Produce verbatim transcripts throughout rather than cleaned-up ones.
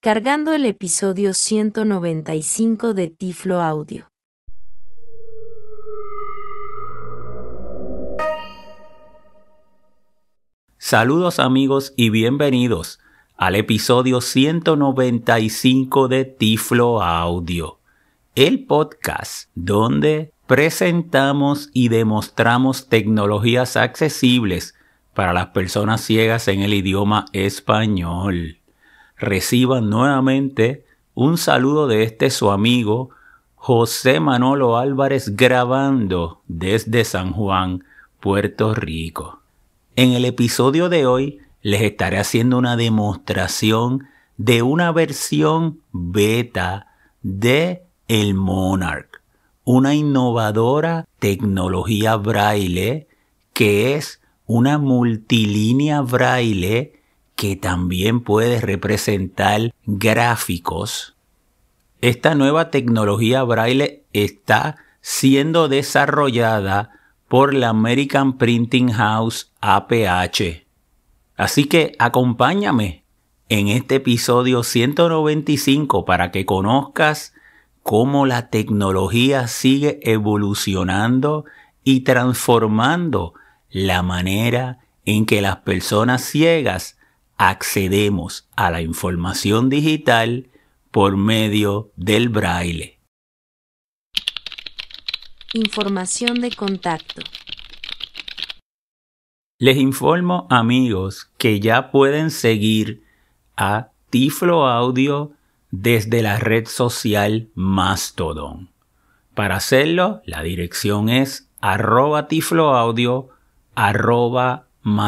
Cargando el episodio ciento noventa y cinco de Tiflo Audio. Saludos amigos y bienvenidos al episodio ciento noventa y cinco de Tiflo Audio, el podcast donde presentamos y demostramos tecnologías accesibles para las personas ciegas en el idioma español. Reciban nuevamente un saludo de este su amigo José Manolo Álvarez, grabando desde San Juan, Puerto Rico. En el episodio de hoy les estaré haciendo una demostración de una versión beta de el Monarch, una innovadora tecnología braille que es una multilínea braille que también puede representar gráficos. Esta nueva tecnología braille está siendo desarrollada por la American Printing House A P H. Así que acompáñame en este episodio ciento noventa y cinco para que conozcas cómo la tecnología sigue evolucionando y transformando la manera en que las personas ciegas accedemos a la información digital por medio del braille. Información de contacto. Les informo, amigos, que ya pueden seguir a Tiflo Audio desde la red social Mastodon. Para hacerlo, la dirección es arroba tifloaudio arroba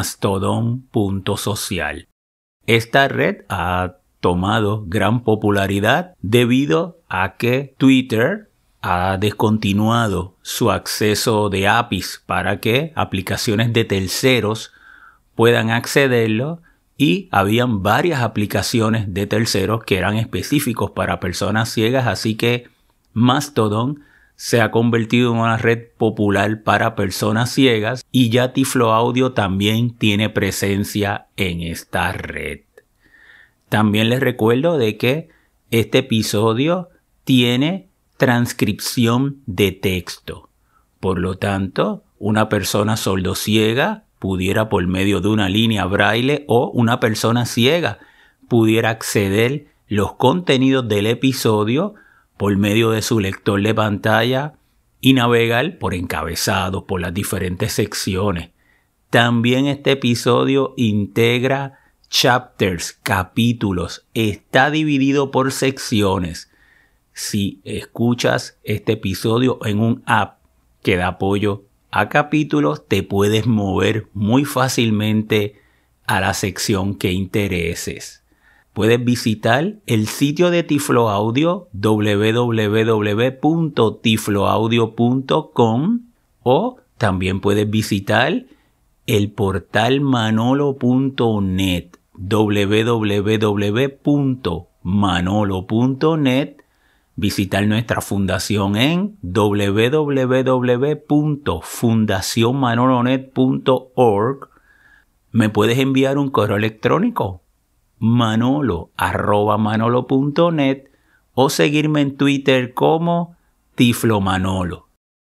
mastodon.social. Esta red ha tomado gran popularidad debido a que Twitter ha descontinuado su acceso de A P Is para que aplicaciones de terceros puedan accederlo, y habían varias aplicaciones de terceros que eran específicos para personas ciegas, así que Mastodon se ha convertido en una red popular para personas ciegas y ya Tiflo Audio también tiene presencia en esta red. También les recuerdo de que este episodio tiene transcripción de texto. Por lo tanto, una persona sordociega pudiera, por medio de una línea braille, o una persona ciega pudiera acceder los contenidos del episodio por medio de su lector de pantalla y navegar por encabezados por las diferentes secciones. También este episodio integra chapters, capítulos, está dividido por secciones. Si escuchas este episodio en un app que da apoyo a capítulos, te puedes mover muy fácilmente a la sección que intereses. Puedes visitar el sitio de Tiflo Audio, doble u doble u doble u punto tiflo audio punto com, o también puedes visitar el portal manolo punto net, doble u doble u doble u punto manolo punto net, visitar nuestra fundación en doble u doble u doble u punto fundación manolonet punto org. Me puedes enviar un correo electrónico, manolo arroba manolo punto net, o seguirme en Twitter como tiflomanolo.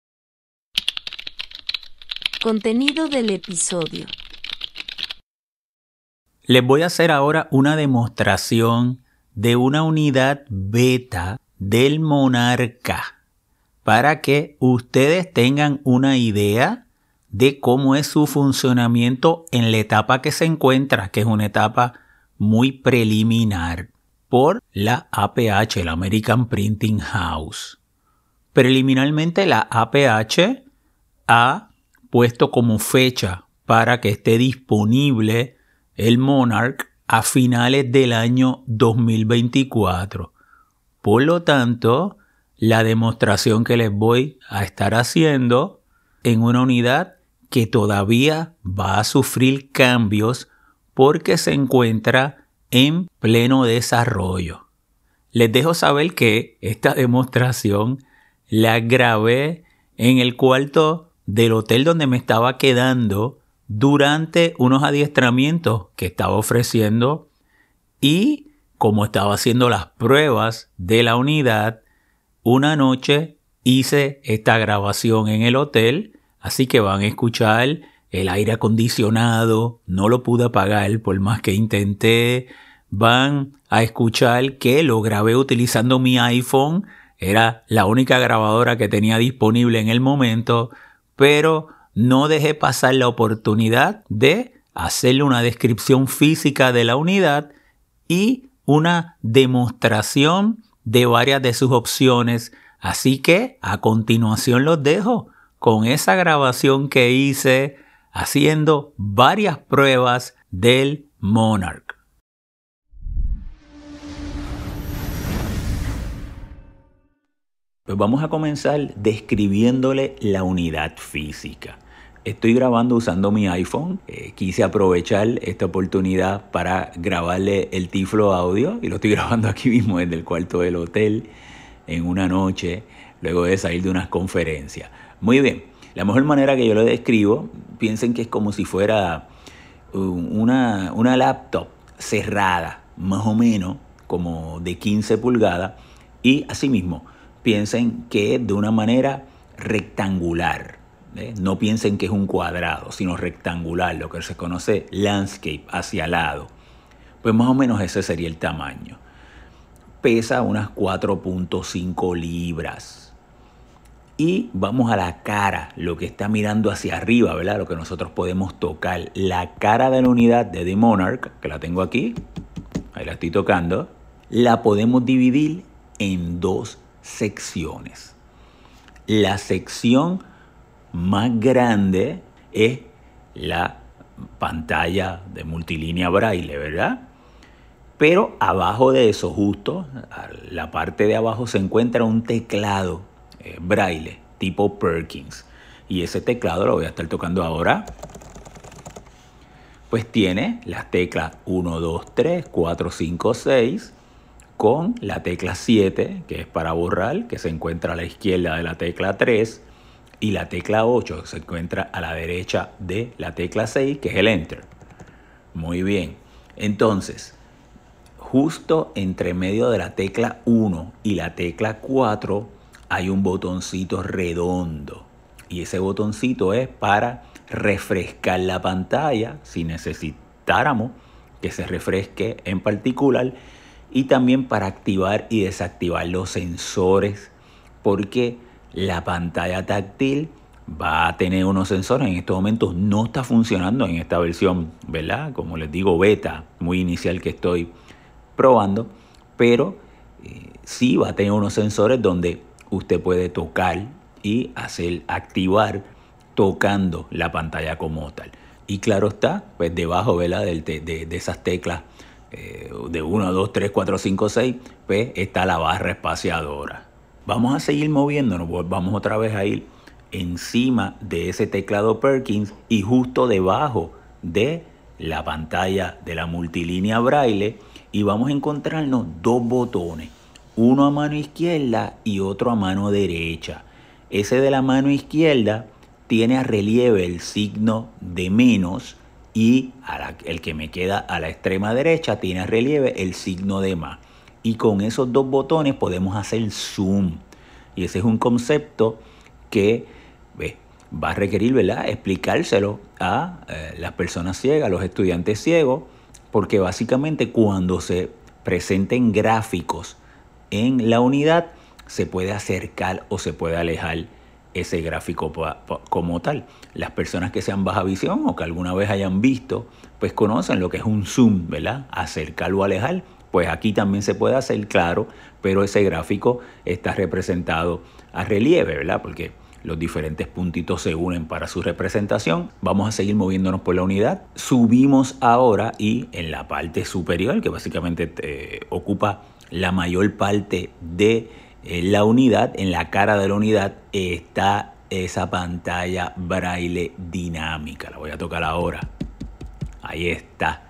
Contenido del episodio. Les voy a hacer ahora una demostración de una unidad beta del Monarca para que ustedes tengan una idea de cómo es su funcionamiento en la etapa que se encuentra, que es una etapa muy preliminar por la A P H, la American Printing House. Preliminarmente la A P H ha puesto como fecha para que esté disponible el Monarch a finales del año dos mil veinticuatro. Por lo tanto, la demostración que les voy a estar haciendo en una unidad que todavía va a sufrir cambios porque se encuentra en pleno desarrollo. Les dejo saber que esta demostración la grabé en el cuarto del hotel donde me estaba quedando durante unos adiestramientos que estaba ofreciendo, y como estaba haciendo las pruebas de la unidad, una noche hice esta grabación en el hotel, así que van a escuchar el aire acondicionado, no lo pude apagar por más que intenté. Van a escuchar que lo grabé utilizando mi iPhone, era la única grabadora que tenía disponible en el momento, pero no dejé pasar la oportunidad de hacerle una descripción física de la unidad y una demostración de varias de sus opciones. Así que a continuación los dejo con esa grabación que hice haciendo varias pruebas del Monarch. Pues vamos a comenzar describiéndole la unidad física. Estoy grabando usando mi iPhone. Eh, quise aprovechar esta oportunidad para grabarle el Tiflo Audio y lo estoy grabando aquí mismo desde el cuarto del hotel en una noche luego de salir de unas conferencias. Muy bien, la mejor manera que yo lo describo, piensen que es como si fuera una, una laptop cerrada, más o menos como de quince pulgadas, y asimismo piensen que es de una manera rectangular. ¿eh? No piensen que es un cuadrado, sino rectangular, lo que se conoce landscape, hacia el lado. Pues más o menos ese sería el tamaño. Pesa unas cuatro punto cinco libras. Y vamos a la cara, lo que está mirando hacia arriba, ¿verdad? Lo que nosotros podemos tocar. La cara de la unidad de The Monarch, que la tengo aquí, ahí la estoy tocando, la podemos dividir en dos secciones. La sección más grande es la pantalla de multilínea braille, ¿verdad? Pero abajo de eso, justo a la parte de abajo, se encuentra un teclado eh, braille tipo Perkins. Y ese teclado lo voy a estar tocando ahora. Pues tiene las teclas uno, dos, tres, cuatro, cinco, seis, con la tecla siete, que es para borrar, que se encuentra a la izquierda de la tecla tres, y la tecla ocho, que se encuentra a la derecha de la tecla seis, que es el Enter. Muy bien. Entonces, justo entre medio de la tecla uno y la tecla cuatro hay un botoncito redondo. Y ese botoncito es para refrescar la pantalla, si necesitáramos que se refresque en particular, y también para activar y desactivar los sensores, porque la pantalla táctil va a tener unos sensores. En estos momentos no está funcionando en esta versión, ¿verdad? Como les digo, beta, muy inicial que estoy probando, pero eh, sí va a tener unos sensores donde usted puede tocar y hacer activar tocando la pantalla como tal. Y claro está, pues debajo, ¿verdad? De, de, de esas teclas eh, de uno, dos, tres, cuatro, cinco, seis, pues está la barra espaciadora. Vamos a seguir moviéndonos, vamos otra vez a ir encima de ese teclado Perkins y justo debajo de la pantalla de la multilínea braille, y vamos a encontrarnos dos botones, uno a mano izquierda y otro a mano derecha. Ese de la mano izquierda tiene a relieve el signo de menos, y a la, el que me queda a la extrema derecha tiene a relieve el signo de más. Y con esos dos botones podemos hacer zoom. Y ese es un concepto que eh, va a requerir, ¿verdad?, explicárselo a eh, las personas ciegas, a los estudiantes ciegos, porque básicamente cuando se presenten gráficos en la unidad se puede acercar o se puede alejar ese gráfico pa, pa, como tal. Las personas que sean baja visión o que alguna vez hayan visto, pues conocen lo que es un zoom, ¿verdad? Acercar o alejar. Pues aquí también se puede hacer, claro, pero ese gráfico está representado a relieve, ¿verdad? Porque los diferentes puntitos se unen para su representación. Vamos a seguir moviéndonos por la unidad. Subimos ahora y en la parte superior, que básicamente eh, ocupa la mayor parte de eh, la unidad, en la cara de la unidad eh, está esa pantalla braille dinámica. La voy a tocar ahora. Ahí está.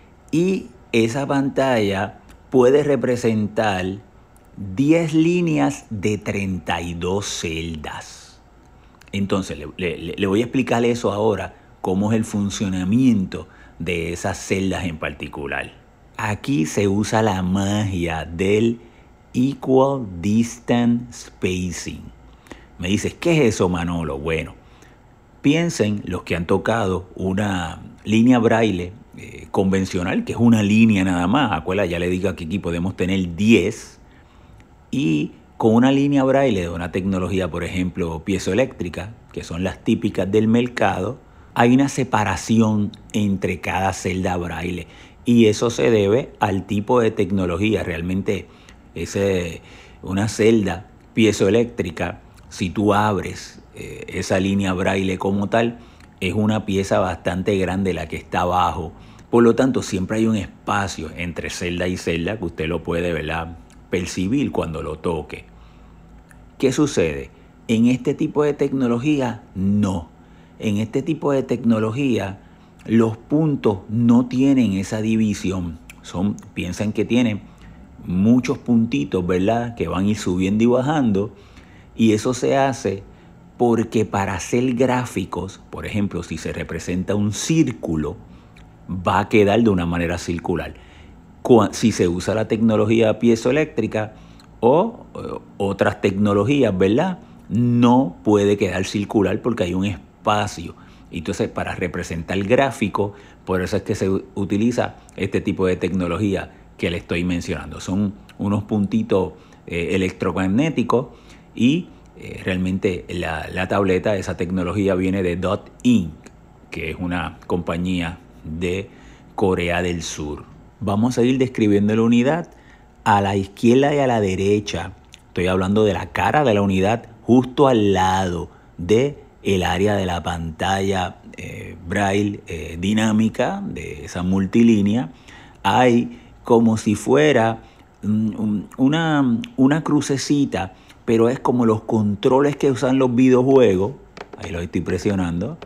Y esa pantalla puede representar diez líneas de treinta y dos celdas. Entonces, le, le, le voy a explicar eso ahora, cómo es el funcionamiento de esas celdas en particular. Aquí se usa la magia del Equal Distance Spacing. Me dices, ¿qué es eso, Manolo? Bueno, piensen los que han tocado una línea braille eh, convencional, que es una línea nada más. Acuérdate, ya le digo que aquí podemos tener diez. Y con una línea braille de una tecnología, por ejemplo, piezoeléctrica, que son las típicas del mercado, hay una separación entre cada celda braille. Y eso se debe al tipo de tecnología. Realmente es una celda piezoeléctrica. Si tú abres eh, esa línea braille como tal, es una pieza bastante grande la que está abajo. Por lo tanto, siempre hay un espacio entre celda y celda que usted lo puede, ¿verdad?, percibir cuando lo toque. ¿Qué sucede? En este tipo de tecnología, no. En este tipo de tecnología, los puntos no tienen esa división. Son, piensan que tienen muchos puntitos, ¿verdad?, que van a ir subiendo y bajando. Y eso se hace porque para hacer gráficos, por ejemplo, si se representa un círculo, va a quedar de una manera circular. Si se usa la tecnología piezoeléctrica o eh, otras tecnologías, ¿verdad?, no puede quedar circular porque hay un espacio. Entonces, para representar el gráfico, por eso es que se utiliza este tipo de tecnología que le estoy mencionando. Son unos puntitos eh, electromagnéticos y eh, realmente la, la tableta, esa tecnología viene de Dot Incorporated, que es una compañía de Corea del Sur. Vamos a ir describiendo la unidad a la izquierda y a la derecha. Estoy hablando de la cara de la unidad justo al lado de el área de la pantalla eh, braille eh, dinámica de esa multilínea. Hay como si fuera um, una, una crucecita, pero es como los controles que usan los videojuegos. Ahí lo estoy presionando.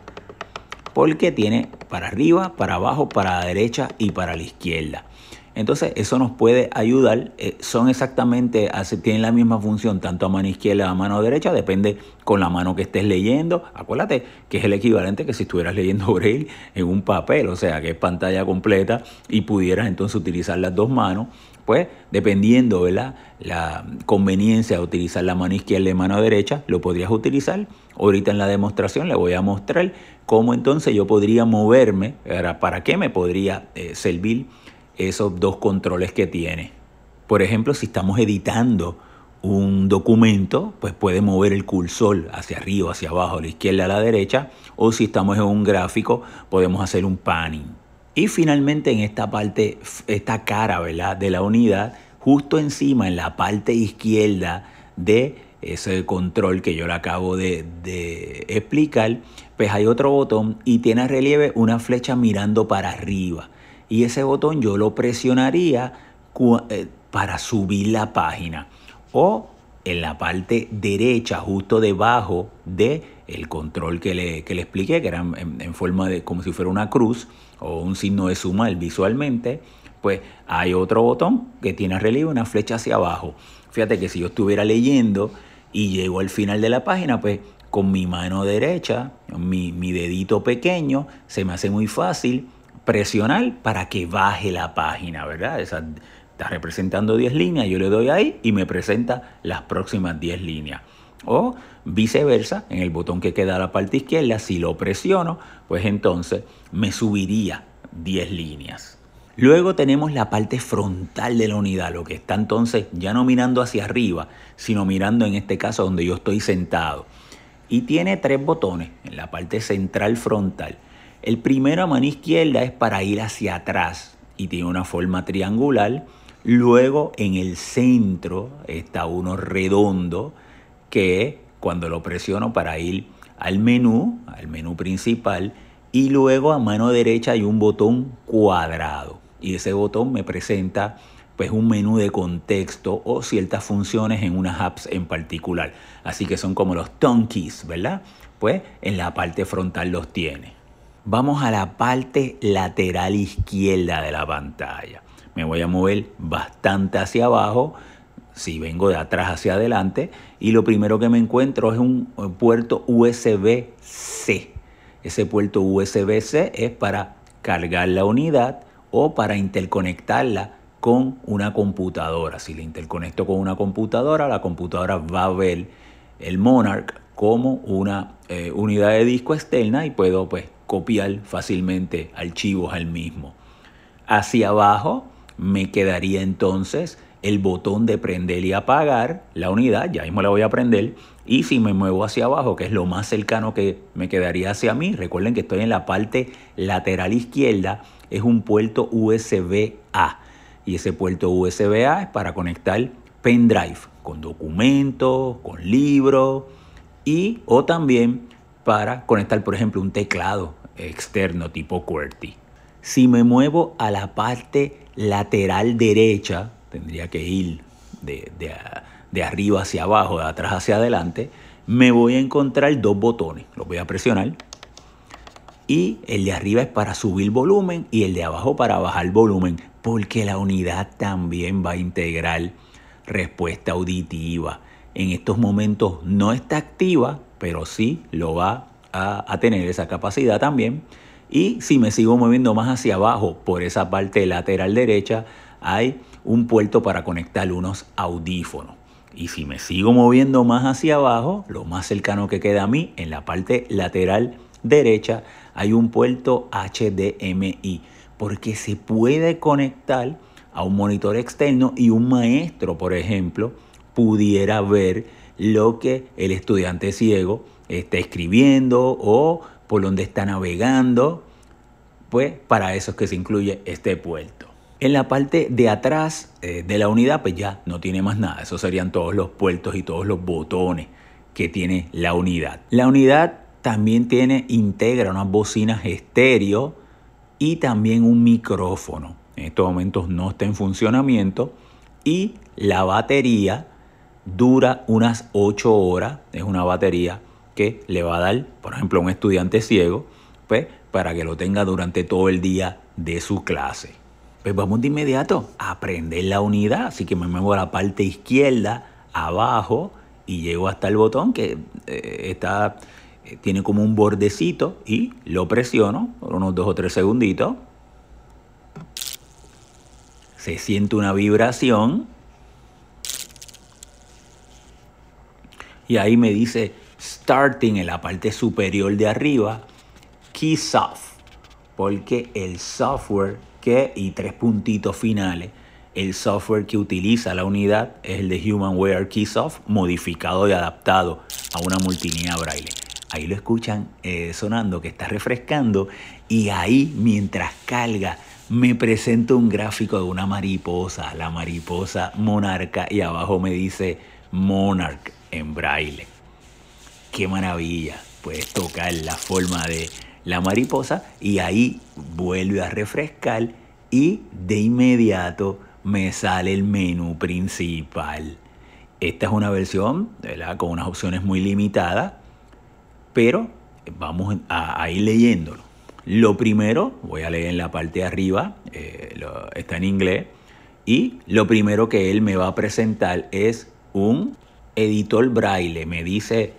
Porque tiene para arriba, para abajo, para la derecha y para la izquierda. Entonces eso nos puede ayudar. Eh, son exactamente, tienen la misma función tanto a mano izquierda como a mano derecha. Depende con la mano que estés leyendo. Acuérdate que es el equivalente que si estuvieras leyendo braille en un papel. O sea que es pantalla completa y pudieras entonces utilizar las dos manos. Pues dependiendo, ¿verdad?, la conveniencia de utilizar la mano izquierda y mano derecha, lo podrías utilizar. Ahorita en la demostración le voy a mostrar cómo entonces yo podría moverme, para qué me podría eh, servir esos dos controles que tiene. Por ejemplo, si estamos editando un documento, pues puede mover el cursor hacia arriba, hacia abajo, a la izquierda, a la derecha, o si estamos en un gráfico, podemos hacer un panning. Y finalmente en esta parte, esta cara, ¿verdad?, de la unidad, justo encima en la parte izquierda de ese control que yo le acabo de, de explicar, pues hay otro botón y tiene a relieve una flecha mirando para arriba. Y ese botón yo lo presionaría para subir la página. O en la parte derecha, justo debajo del control que le, que le expliqué, que era en, en forma de como si fuera una cruz o un signo de sumar visualmente, pues hay otro botón que tiene a relieve una flecha hacia abajo. Fíjate que si yo estuviera leyendo y llego al final de la página, pues con mi mano derecha, mi, mi dedito pequeño, se me hace muy fácil presionar para que baje la página, ¿verdad? Esa, está representando diez líneas, yo le doy ahí y me presenta las próximas diez líneas. O viceversa, en el botón que queda a la parte izquierda, si lo presiono, pues entonces me subiría diez líneas. Luego tenemos la parte frontal de la unidad, lo que está entonces ya no mirando hacia arriba, sino mirando en este caso donde yo estoy sentado. Y tiene tres botones en la parte central frontal. El primero a mano izquierda es para ir hacia atrás y tiene una forma triangular. Luego en el centro está uno redondo que cuando lo presiono para ir al menú, al menú principal, y luego a mano derecha hay un botón cuadrado y ese botón me presenta pues un menú de contexto o ciertas funciones en unas apps en particular. Así que son como los tone keys, ¿verdad? Pues en la parte frontal los tiene. Vamos a la parte lateral izquierda de la pantalla. Me voy a mover bastante hacia abajo, si vengo de atrás hacia adelante, y lo primero que me encuentro es un puerto U S B C. Ese puerto U S B C es para cargar la unidad o para interconectarla con una computadora. Si la interconecto con una computadora, la computadora va a ver el Monarch como una eh, unidad de disco externa y puedo pues copiar fácilmente archivos al mismo. Hacia abajo me quedaría entonces el botón de prender y apagar la unidad, ya mismo la voy a prender, y si me muevo hacia abajo, que es lo más cercano que me quedaría hacia mí, recuerden que estoy en la parte lateral izquierda, es un puerto U S B A, y ese puerto U S B A es para conectar pendrive con documentos, con libros, y o también para conectar, por ejemplo, un teclado externo tipo QWERTY. Si me muevo a la parte lateral derecha, tendría que ir de, de, de arriba hacia abajo, de atrás hacia adelante, me voy a encontrar dos botones. Los voy a presionar. Y el de arriba es para subir volumen y el de abajo para bajar volumen, porque la unidad también va a integrar respuesta auditiva. En estos momentos no está activa, pero sí lo va a, a tener esa capacidad también. Y si me sigo moviendo más hacia abajo, por esa parte lateral derecha, hay un puerto para conectar unos audífonos. Y si me sigo moviendo más hacia abajo, lo más cercano que queda a mí, en la parte lateral derecha, hay un puerto H D M I, porque se puede conectar a un monitor externo y un maestro, por ejemplo, pudiera ver lo que el estudiante ciego está escribiendo o por donde está navegando. Pues para eso es que se incluye este puerto. En la parte de atrás eh, de la unidad pues ya no tiene más nada. Esos serían todos los puertos y todos los botones que tiene la unidad. La unidad también tiene, integra unas bocinas estéreo y también un micrófono. En estos momentos no está en funcionamiento y la batería dura unas ocho horas. Es una batería que le va a dar, por ejemplo, a un estudiante ciego, pues, para que lo tenga durante todo el día de su clase. Pues vamos de inmediato a aprender la unidad. Así que me muevo a la parte izquierda, abajo, y llego hasta el botón que eh, está, eh, tiene como un bordecito y lo presiono por unos dos o tres segunditos. Se siente una vibración y ahí me dice starting en la parte superior de arriba, Keysoft, porque el software que, y tres puntitos finales, el software que utiliza la unidad es el de HumanWare Keysoft, modificado y adaptado a una multilínea braille. Ahí lo escuchan eh, sonando que está refrescando y ahí mientras carga me presenta un gráfico de una mariposa, la mariposa monarca, y abajo me dice Monarch en braille. ¡Qué maravilla! Puedes tocar la forma de la mariposa y ahí vuelve a refrescar y de inmediato me sale el menú principal. Esta es una versión, ¿verdad?, con unas opciones muy limitadas, pero vamos a, a ir leyéndolo. Lo primero, voy a leer en la parte de arriba, eh, lo, está en inglés, y lo primero que él me va a presentar es un editor braille. Me dice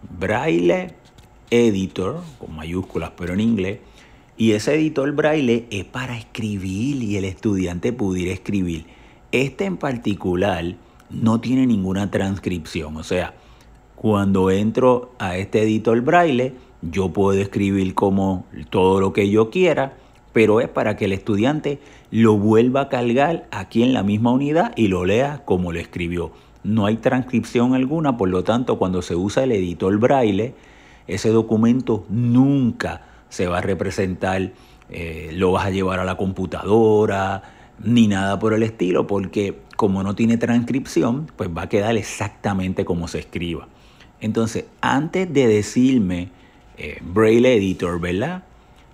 Braille Editor, con mayúsculas pero en inglés, y ese editor braille es para escribir y el estudiante pudiera escribir. Este en particular no tiene ninguna transcripción, o sea, cuando entro a este editor braille, yo puedo escribir como todo lo que yo quiera, pero es para que el estudiante lo vuelva a cargar aquí en la misma unidad y lo lea como lo escribió. No hay transcripción alguna, por lo tanto, cuando se usa el editor braille, ese documento nunca se va a representar, eh, lo vas a llevar a la computadora, ni nada por el estilo, porque como no tiene transcripción, pues va a quedar exactamente como se escriba. Entonces, antes de decirme eh, Braille Editor, ¿verdad?,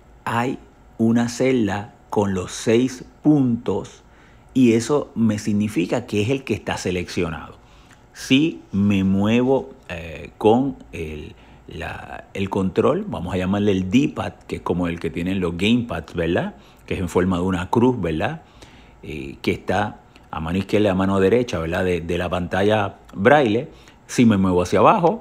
hay una celda con los seis puntos y eso me significa que es el que está seleccionado. Si me muevo eh, con el, la, el control, vamos a llamarle el D-pad, que es como el que tienen los gamepads, ¿verdad?, que es en forma de una cruz, ¿verdad?, eh, que está a mano izquierda y a mano derecha, ¿verdad?, de, de la pantalla braille. Si me muevo hacia abajo,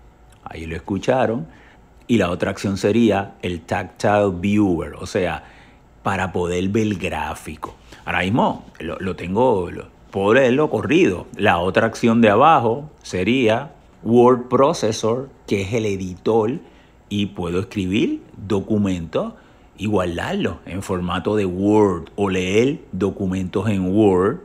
ahí lo escucharon, y la otra acción sería el Tactile Viewer, o sea, para poder ver el gráfico. Ahora mismo lo, lo tengo, lo, puedo leerlo corrido. La otra acción de abajo sería Word Processor, que es el editor, y puedo escribir documentos y guardarlos en formato de Word o leer documentos en Word.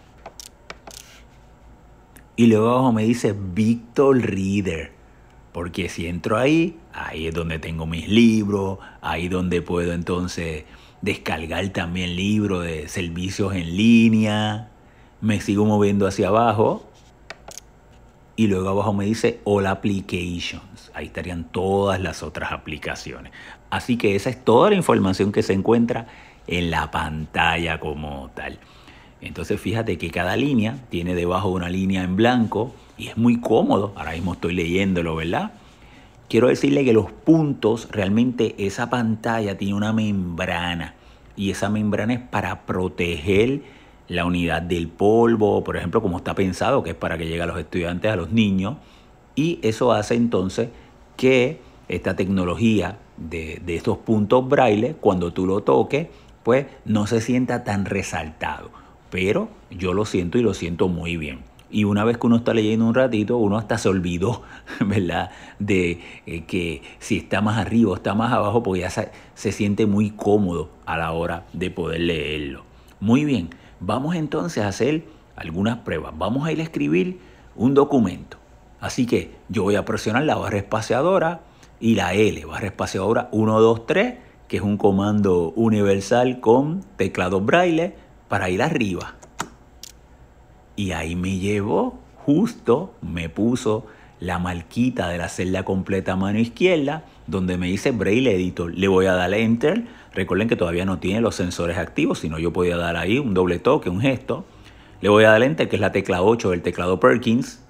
Y luego abajo me dice Victor Reader, porque si entro ahí, ahí es donde tengo mis libros, ahí donde puedo entonces descargar también libros de servicios en línea. Me sigo moviendo hacia abajo y luego abajo me dice All Applications. Ahí estarían todas las otras aplicaciones. Así que esa es toda la información que se encuentra en la pantalla como tal. Entonces fíjate que cada línea tiene debajo una línea en blanco y es muy cómodo. Ahora mismo estoy leyéndolo, ¿verdad? Quiero decirle que los puntos, realmente esa pantalla tiene una membrana y esa membrana es para proteger la unidad del polvo, por ejemplo, como está pensado, que es para que llegue a los estudiantes, a los niños, y eso hace entonces que esta tecnología de, de estos puntos braille, cuando tú lo toques, pues no se sienta tan resaltado, pero yo lo siento y lo siento muy bien. Y una vez que uno está leyendo un ratito, uno hasta se olvidó, ¿verdad?, de eh, que si está más arriba o está más abajo, pues ya se, se siente muy cómodo a la hora de poder leerlo. Muy bien, vamos entonces a hacer algunas pruebas. Vamos a ir a escribir un documento. Así que yo voy a presionar la barra espaciadora y la L, barra espaciadora uno, dos, tres, que es un comando universal con teclado braille para ir arriba. Y ahí me llevó, justo me puso la marquita de la celda completa a mano izquierda, donde me dice Braille Editor. Le voy a dar Enter. Recuerden que todavía no tiene los sensores activos, sino yo podía dar ahí un doble toque, un gesto. Le voy a dar Enter, que es la tecla ocho del teclado Perkins.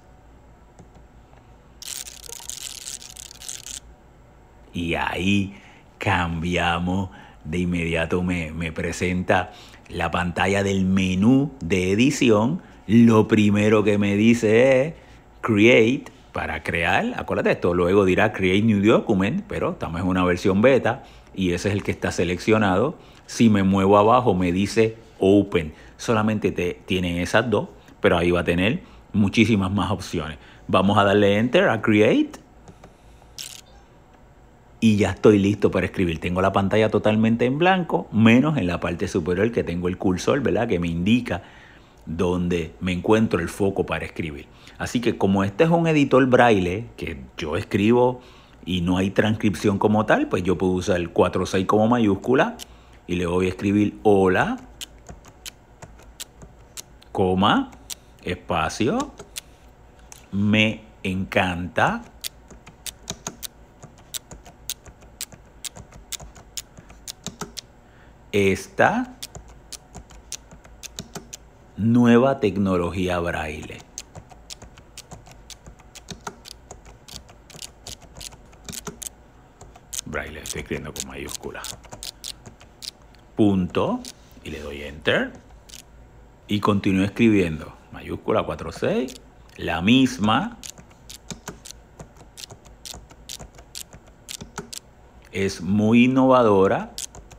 Y ahí cambiamos. De inmediato me, me presenta la pantalla del menú de edición. Lo primero que me dice es Create, para crear. Acuérdate esto, luego dirá Create New Document, pero estamos en una versión beta y ese es el que está seleccionado. Si me muevo abajo me dice Open. Solamente te, tiene esas dos, pero ahí va a tener muchísimas más opciones. Vamos a darle Enter a Create. Y ya estoy listo para escribir. Tengo la pantalla totalmente en blanco, menos en la parte superior que tengo el cursor, ¿verdad?, que me indica donde me encuentro el foco para escribir. Así que como este es un editor braille que yo escribo y no hay transcripción como tal, pues yo puedo usar el cuatro seis como mayúscula y le voy a escribir hola, coma, espacio, me encanta, esta nueva tecnología braille. Braille, estoy escribiendo con mayúscula. Punto. Y le doy Enter. Y continúo escribiendo. Mayúscula cuatro seis. La misma. Es muy innovadora.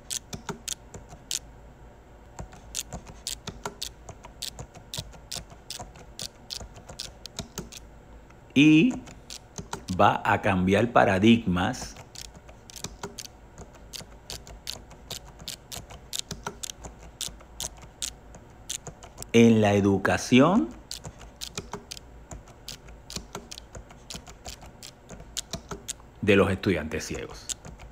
Y va a cambiar paradigmas en la educación de los estudiantes ciegos.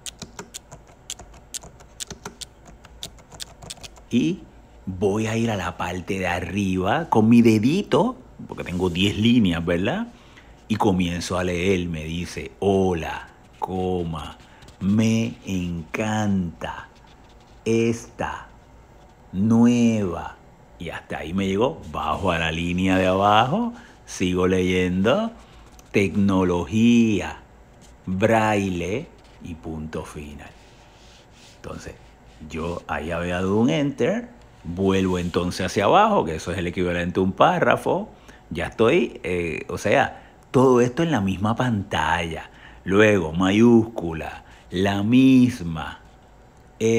Y voy a ir a la parte de arriba con mi dedito, porque tengo diez líneas, ¿verdad? Y comienzo a leer, me dice, hola, coma, me encanta, esta, nueva. Y hasta ahí me llegó, bajo a la línea de abajo, sigo leyendo, tecnología, braille y punto final. Entonces, yo ahí había dado un Enter, vuelvo entonces hacia abajo, que eso es el equivalente a un párrafo, ya estoy, eh, o sea, todo esto en la misma pantalla. Luego, mayúscula, la misma, es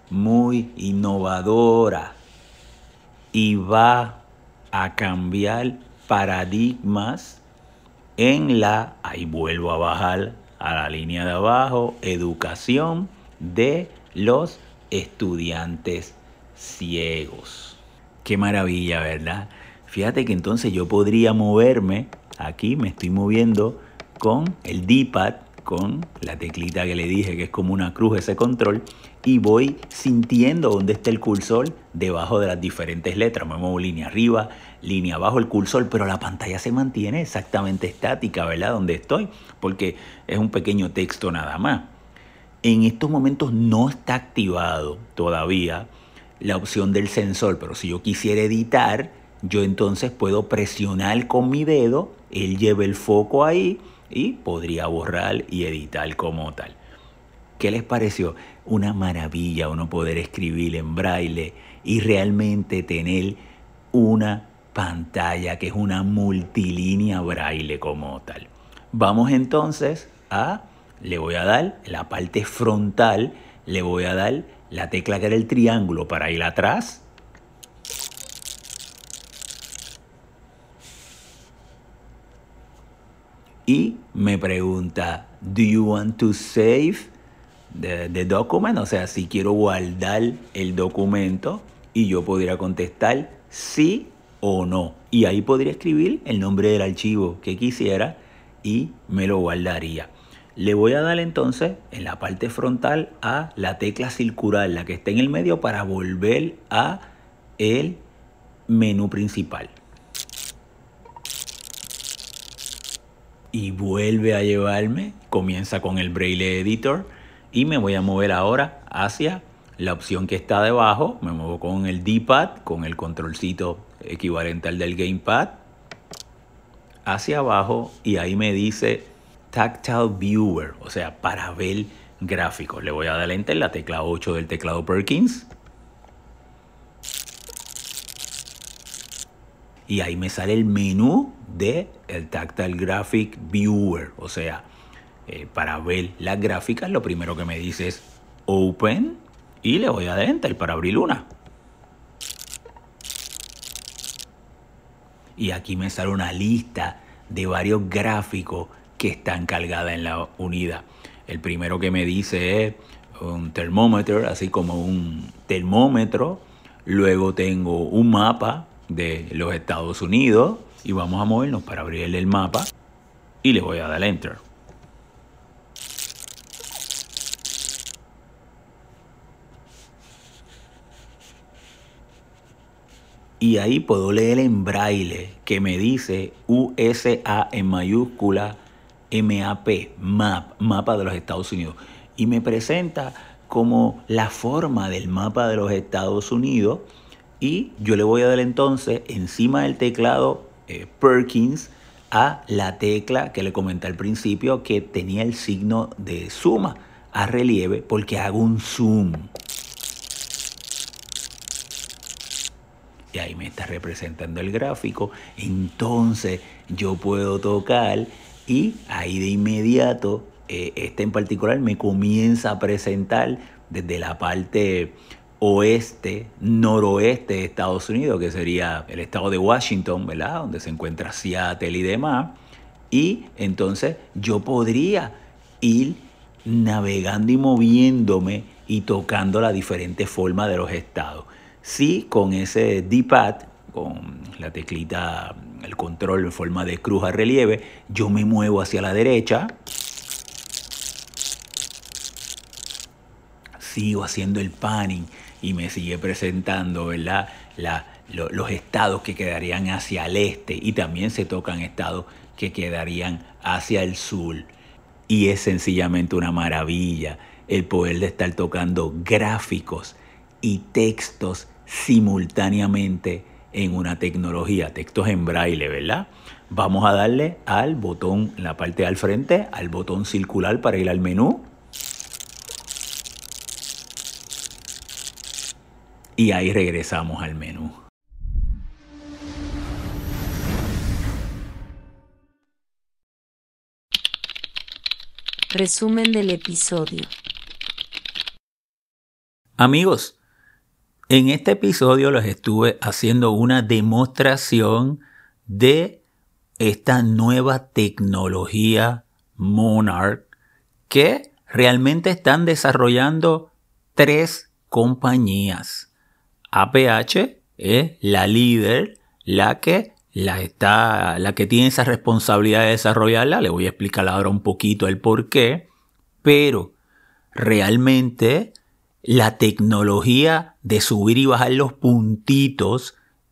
muy innovadora y va a cambiar paradigmas en la, ahí vuelvo a bajar a la línea de abajo, educación de los estudiantes ciegos. Qué maravilla, ¿verdad? Fíjate que entonces yo podría moverme, aquí me estoy moviendo con el D-pad, con la teclita que le dije que es como una cruz ese control, y voy sintiendo dónde está el cursor debajo de las diferentes letras. Me muevo línea arriba, línea abajo el cursor, pero la pantalla se mantiene exactamente estática, ¿verdad? Donde estoy, porque es un pequeño texto nada más. En estos momentos no está activado todavía la opción del sensor, pero si yo quisiera editar, yo entonces puedo presionar con mi dedo, él lleva el foco ahí y podría borrar y editar como tal. ¿Qué les pareció? Una maravilla uno poder escribir en braille y realmente tener una pantalla que es una multilínea braille como tal. Vamos entonces a, le voy a dar la parte frontal, le voy a dar la tecla que era el triángulo para ir atrás. Y me pregunta, ¿do you want to save the, the document? O sea, si quiero guardar el documento, y yo podría contestar sí o no. Y ahí podría escribir el nombre del archivo que quisiera y me lo guardaría. Le voy a dar entonces en la parte frontal a la tecla circular, la que está en el medio, para volver a el menú principal. Y vuelve a llevarme, comienza con el Braille Editor y me voy a mover ahora hacia la opción que está debajo. Me muevo con el D-pad, con el controlcito equivalente al del Gamepad, hacia abajo, y ahí me dice Tactile Viewer, o sea, para ver gráficos. Le voy a dar enter, la tecla ocho del teclado Perkins. Y ahí me sale el menú de el Tactile Graphic Viewer. O sea, eh, para ver las gráficas, lo primero que me dice es Open. Y le voy a dar Enter para abrir una. Y aquí me sale una lista de varios gráficos que están cargadas en la unidad. El primero que me dice es un termómetro, así como un termómetro. Luego tengo un mapa de los Estados Unidos y vamos a movernos para abrirle el mapa y le voy a dar Enter. Y ahí puedo leer en braille que me dice U S A en mayúscula M A P, map, mapa de los Estados Unidos. Y me presenta como la forma del mapa de los Estados Unidos. Y yo le voy a dar entonces encima del teclado eh, Perkins a la tecla que le comenté al principio que tenía el signo de suma a relieve, porque hago un zoom. Y ahí me está representando el gráfico. Entonces yo puedo tocar y ahí de inmediato eh, este en particular me comienza a presentar desde la parte oeste, noroeste de Estados Unidos, que sería el estado de Washington, ¿verdad? Donde se encuentra Seattle y demás. Y entonces yo podría ir navegando y moviéndome y tocando las diferentes formas de los estados. Sí, con ese D-pad, con la teclita, el control en forma de cruz a relieve, yo me muevo hacia la derecha. Sigo haciendo el panning y me sigue presentando, ¿verdad? La, lo, los estados que quedarían hacia el este, y también se tocan estados que quedarían hacia el sur. Y es sencillamente una maravilla el poder de estar tocando gráficos y textos simultáneamente en una tecnología, textos en braille, ¿verdad? Vamos a darle al botón en la parte del frente, al botón circular para ir al menú. Y ahí regresamos al menú. Resumen del episodio. Amigos, en este episodio les estuve haciendo una demostración de esta nueva tecnología Monarch que realmente están desarrollando tres compañías. A P H es la líder, la que, la, está, la que tiene esa responsabilidad de desarrollarla. Le voy a explicar ahora un poquito el por qué. Pero realmente la tecnología de subir y bajar los puntitos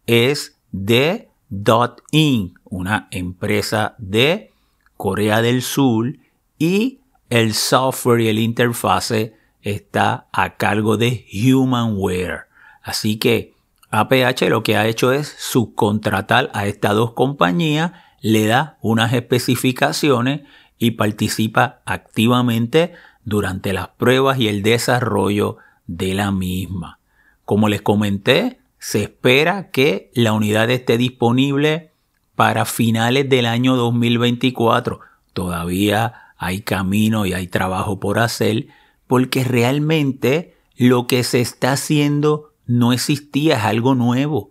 es de Dot Inc, una empresa de Corea del Sur, y el software y el interfase está a cargo de Humanware. Así que A P H lo que ha hecho es subcontratar a estas dos compañías, le da unas especificaciones y participa activamente durante las pruebas y el desarrollo de la misma. Como les comenté, se espera que la unidad esté disponible para finales del año dos mil veinticuatro. Todavía hay camino y hay trabajo por hacer porque realmente lo que se está haciendo no existía, es algo nuevo.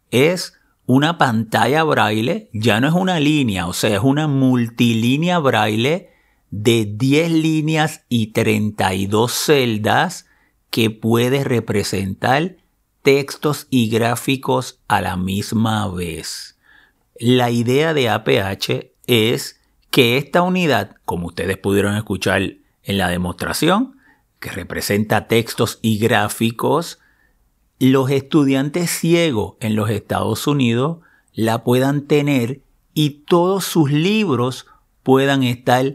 Es una pantalla braille, ya no es una línea, o sea, es una multilínea braille de diez líneas y treinta y dos celdas que puede representar textos y gráficos a la misma vez. La idea de A P H es que esta unidad, como ustedes pudieron escuchar en la demostración, que representa textos y gráficos, los estudiantes ciegos en los Estados Unidos la puedan tener y todos sus libros puedan estar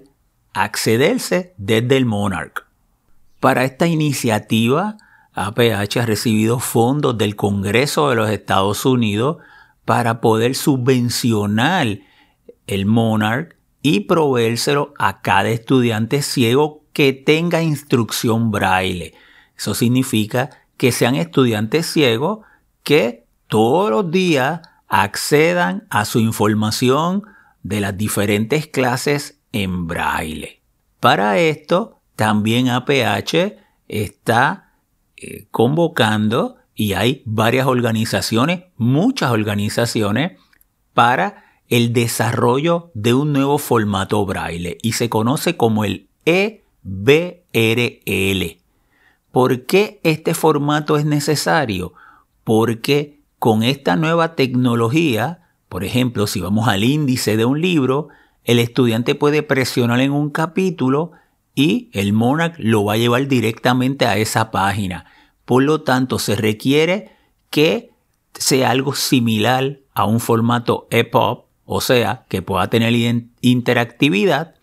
accederse desde el Monarch. Para esta iniciativa, A P H ha recibido fondos del Congreso de los Estados Unidos para poder subvencionar el Monarch y proveérselo a cada estudiante ciego que tenga instrucción braille. Eso significa que sean estudiantes ciegos que todos los días accedan a su información de las diferentes clases en braille. Para esto, también A P H está eh, convocando y hay varias organizaciones, muchas organizaciones, para el desarrollo de un nuevo formato braille y se conoce como el E B R L. ¿Por qué este formato es necesario? Porque con esta nueva tecnología, por ejemplo, si vamos al índice de un libro, el estudiante puede presionar en un capítulo y el Monarch lo va a llevar directamente a esa página. Por lo tanto, se requiere que sea algo similar a un formato E P U B, o sea, que pueda tener interactividad,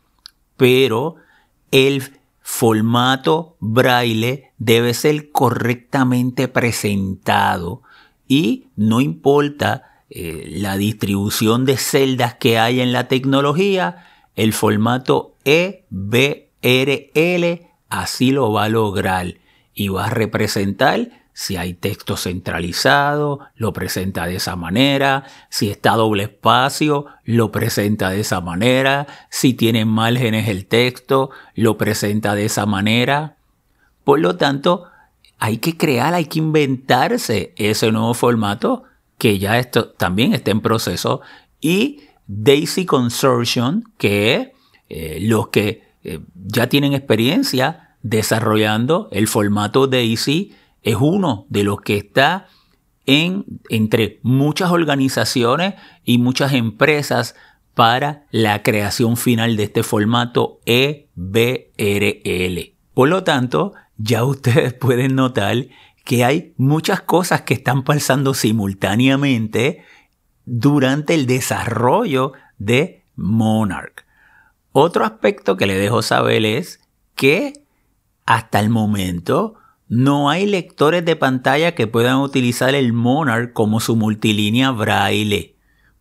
pero el formato braille debe ser correctamente presentado y no importa eh, la distribución de celdas que hay en la tecnología, el formato E B R L así lo va a lograr y va a representar si hay texto centralizado, lo presenta de esa manera. Si está doble espacio, lo presenta de esa manera. Si tiene márgenes el texto, lo presenta de esa manera. Por lo tanto, hay que crear, hay que inventarse ese nuevo formato que ya esto también está en proceso. Y DAISY Consortium, que eh, los que eh, ya tienen experiencia desarrollando el formato DAISY, es uno de los que está en, entre muchas organizaciones y muchas empresas para la creación final de este formato E B R L. Por lo tanto, ya ustedes pueden notar que hay muchas cosas que están pasando simultáneamente durante el desarrollo de Monarch. Otro aspecto que les dejo saber es que hasta el momento no hay lectores de pantalla que puedan utilizar el Monarch como su multilínea braille,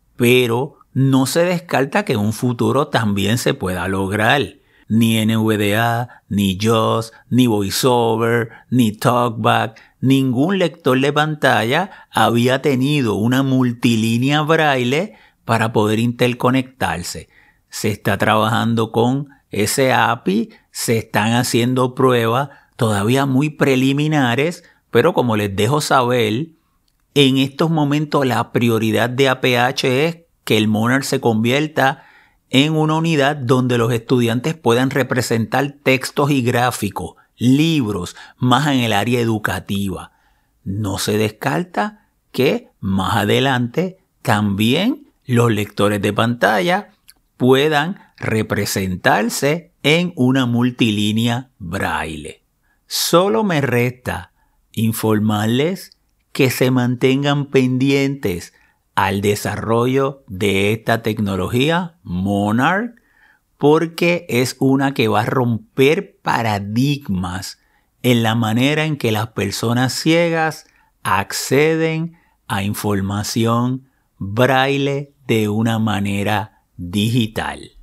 pero no se descarta que en un futuro también se pueda lograr. Ni N V D A, ni JAWS, ni VoiceOver, ni TalkBack, ningún lector de pantalla había tenido una multilínea braille para poder interconectarse. Se está trabajando con ese A P I, se están haciendo pruebas. todavía muy preliminares, pero como les dejo saber, en estos momentos la prioridad de A P H es que el Monarch se convierta en una unidad donde los estudiantes puedan representar textos y gráficos, libros, más en el área educativa. No se descarta que más adelante también los lectores de pantalla puedan representarse en una multilínea braille. Solo me resta informarles que se mantengan pendientes al desarrollo de esta tecnología Monarch, porque es una que va a romper paradigmas en la manera en que las personas ciegas acceden a información braille de una manera digital.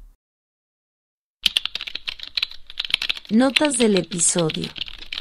Notas del episodio.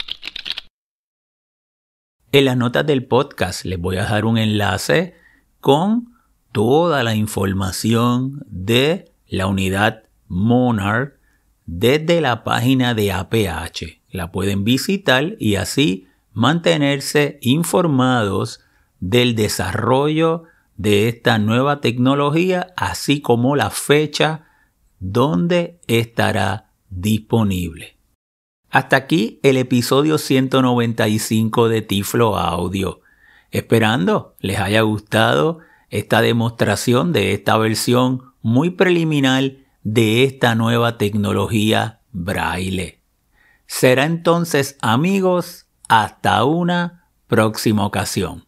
En las notas del podcast les voy a dejar un enlace con toda la información de la unidad Monarch desde la página de A P H. La pueden visitar y así mantenerse informados del desarrollo de esta nueva tecnología, así como la fecha donde estará disponible. Hasta aquí el episodio ciento noventa y cinco de Tiflo Audio. Esperando les haya gustado esta demostración de esta versión muy preliminar de esta nueva tecnología braille. Será entonces, amigos, hasta una próxima ocasión.